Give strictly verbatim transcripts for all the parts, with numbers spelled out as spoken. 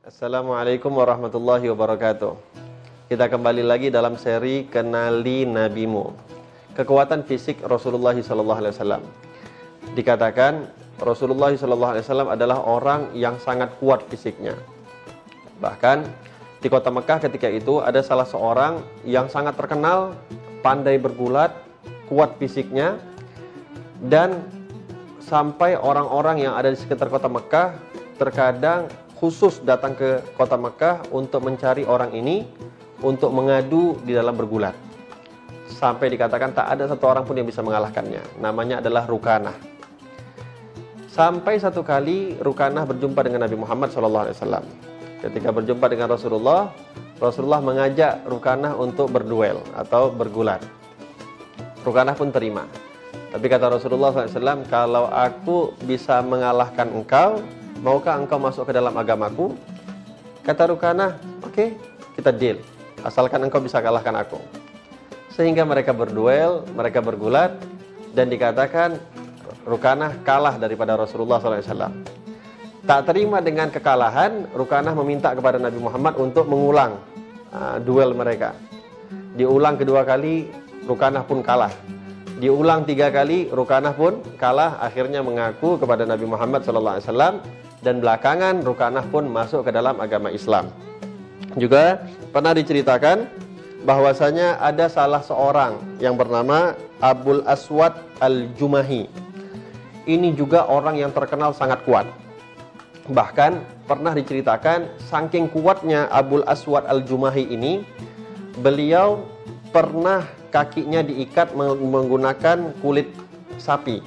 Assalamualaikum warahmatullahi wabarakatuh. Kita kembali lagi dalam seri Kenali Nabimu. Kekuatan fisik Rasulullah shallallahu alaihi wasallam. Dikatakan Rasulullah shallallahu alaihi wasallam adalah orang yang sangat kuat fisiknya. Bahkan di kota Mekah ketika itu ada salah seorang yang sangat terkenal, pandai bergulat, kuat fisiknya, dan sampai orang-orang yang ada di sekitar kota Mekah terkadang khusus datang ke kota Mekah untuk mencari orang ini untuk mengadu di dalam bergulat. Sampai dikatakan tak ada satu orang pun yang bisa mengalahkannya. Namanya adalah Rukanah. Sampai satu kali Rukanah berjumpa dengan Nabi Muhammad shallallahu alaihi wasallam. Ketika berjumpa dengan Rasulullah, Rasulullah mengajak Rukanah untuk berduel atau bergulat. Rukanah pun terima. Tapi kata Rasulullah shallallahu alaihi wasallam, kalau aku bisa mengalahkan engkau, maukah engkau masuk ke dalam agamaku? Kata Rukanah, oke, okay, kita deal. Asalkan engkau bisa kalahkan aku. Sehingga mereka berduel, mereka bergulat, dan dikatakan Rukanah kalah daripada Rasulullah shallallahu alaihi wasallam. Tak terima dengan kekalahan, Rukanah meminta kepada Nabi Muhammad untuk mengulang uh, duel mereka. Diulang kedua kali, Rukanah pun kalah. Diulang tiga kali, Rukanah pun kalah. Akhirnya mengaku kepada Nabi Muhammad shallallahu alaihi wasallam. Dan belakangan Rukanah pun masuk ke dalam agama Islam. Juga pernah diceritakan bahwasanya ada salah seorang yang bernama Abul Aswad Al-Jumahi. Ini juga orang yang terkenal sangat kuat. Bahkan pernah diceritakan saking kuatnya Abul Aswad Al-Jumahi ini, beliau pernah kakinya diikat menggunakan kulit sapi.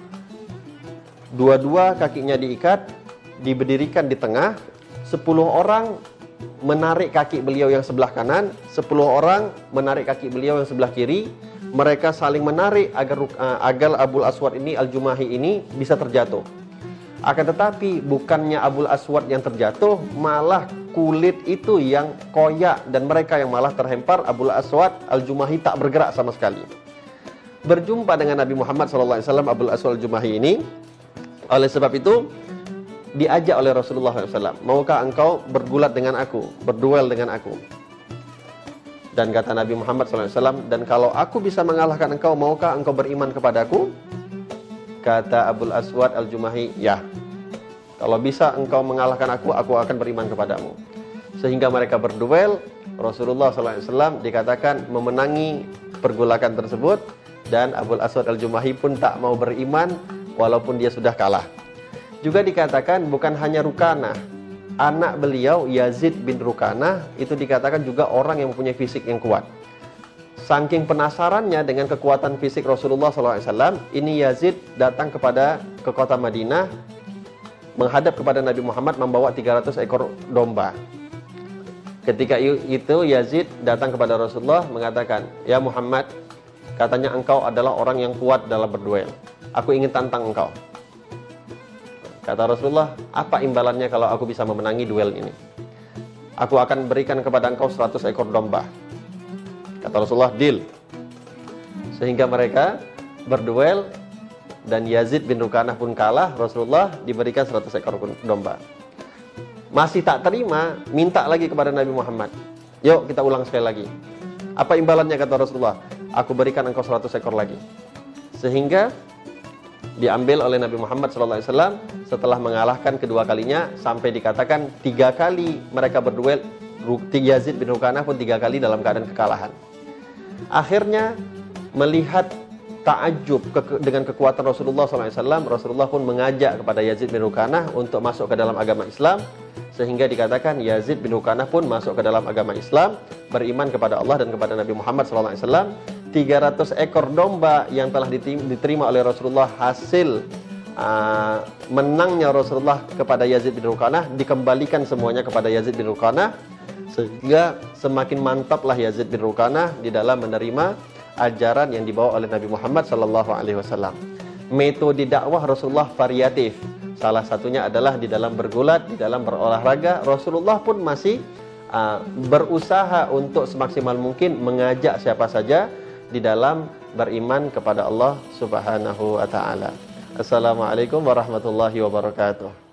Dua-dua kakinya diikat, diberdirikan di tengah, sepuluh orang menarik kaki beliau yang sebelah kanan, sepuluh orang menarik kaki beliau yang sebelah kiri. Mereka saling menarik agar uh, agar Abul Aswad ini Al-Jumahi ini bisa terjatuh. Akan tetapi bukannya Abul Aswad yang terjatuh, malah kulit itu yang koyak dan mereka yang malah terhempar. Abul Aswad Al-Jumahi tak bergerak sama sekali. Berjumpa dengan Nabi Muhammad shallallahu alaihi wasallam Abul Aswad Al-Jumahi ini. Oleh sebab itu diajak oleh Rasulullah shallallahu alaihi wasallam, maukah engkau bergulat dengan aku, berduel dengan aku? Dan kata Nabi Muhammad shallallahu alaihi wasallam, dan kalau aku bisa mengalahkan engkau, maukah engkau beriman kepadaku? Kata Abul Aswad Al-Jumahi, ya, kalau bisa engkau mengalahkan aku, aku akan beriman kepadamu. Sehingga mereka berduel. Rasulullah shallallahu alaihi wasallam dikatakan memenangi pergulakan tersebut, dan Abul Aswad Al-Jumahi pun tak mau beriman walaupun dia sudah kalah. Juga dikatakan bukan hanya Rukanah, anak beliau Yazid bin Rukanah itu dikatakan juga orang yang mempunyai fisik yang kuat. Saking penasarannya dengan kekuatan fisik Rasulullah shallallahu alaihi wasallam, ini Yazid datang kepada ke kota Madinah, menghadap kepada Nabi Muhammad membawa tiga ratus ekor domba. Ketika itu Yazid datang kepada Rasulullah mengatakan, ya Muhammad, katanya engkau adalah orang yang kuat dalam berduel. Aku ingin tantang engkau. Kata Rasulullah, apa imbalannya kalau aku bisa memenangi duel ini? Aku akan berikan kepada engkau seratus ekor domba. Kata Rasulullah, deal. Sehingga mereka berduel dan Yazid bin Rukanah pun kalah. Rasulullah diberikan seratus ekor domba. Masih tak terima, minta lagi kepada Nabi Muhammad. Yuk kita ulang sekali lagi. Apa imbalannya kata Rasulullah? Aku berikan engkau seratus ekor lagi. Sehingga diambil oleh Nabi Muhammad shallallahu alaihi wasallam setelah mengalahkan kedua kalinya, sampai dikatakan tiga kali mereka berduel. Yazid bin Rukanah pun tiga kali dalam keadaan kekalahan. Akhirnya melihat takjub ke dengan kekuatan Rasulullah shallallahu alaihi wasallam, Rasulullah pun mengajak kepada Yazid bin Rukanah untuk masuk ke dalam agama Islam. Sehingga dikatakan Yazid bin Rukanah pun masuk ke dalam agama Islam, beriman kepada Allah dan kepada Nabi Muhammad shallallahu alaihi wasallam. tiga ratus ekor domba yang telah diterima oleh Rasulullah hasil uh, menangnya Rasulullah kepada Yazid bin Rukanah dikembalikan semuanya kepada Yazid bin Rukanah, sehingga semakin mantaplah Yazid bin Rukanah di dalam menerima ajaran yang dibawa oleh Nabi Muhammad sallallahu alaihi wasallam. Metode dakwah Rasulullah variatif. Salah satunya adalah di dalam bergulat, di dalam berolahraga. Rasulullah pun masih uh, berusaha untuk semaksimal mungkin mengajak siapa saja di dalam beriman kepada Allah Subhanahu wa taala. Assalamualaikum warahmatullahi wabarakatuh.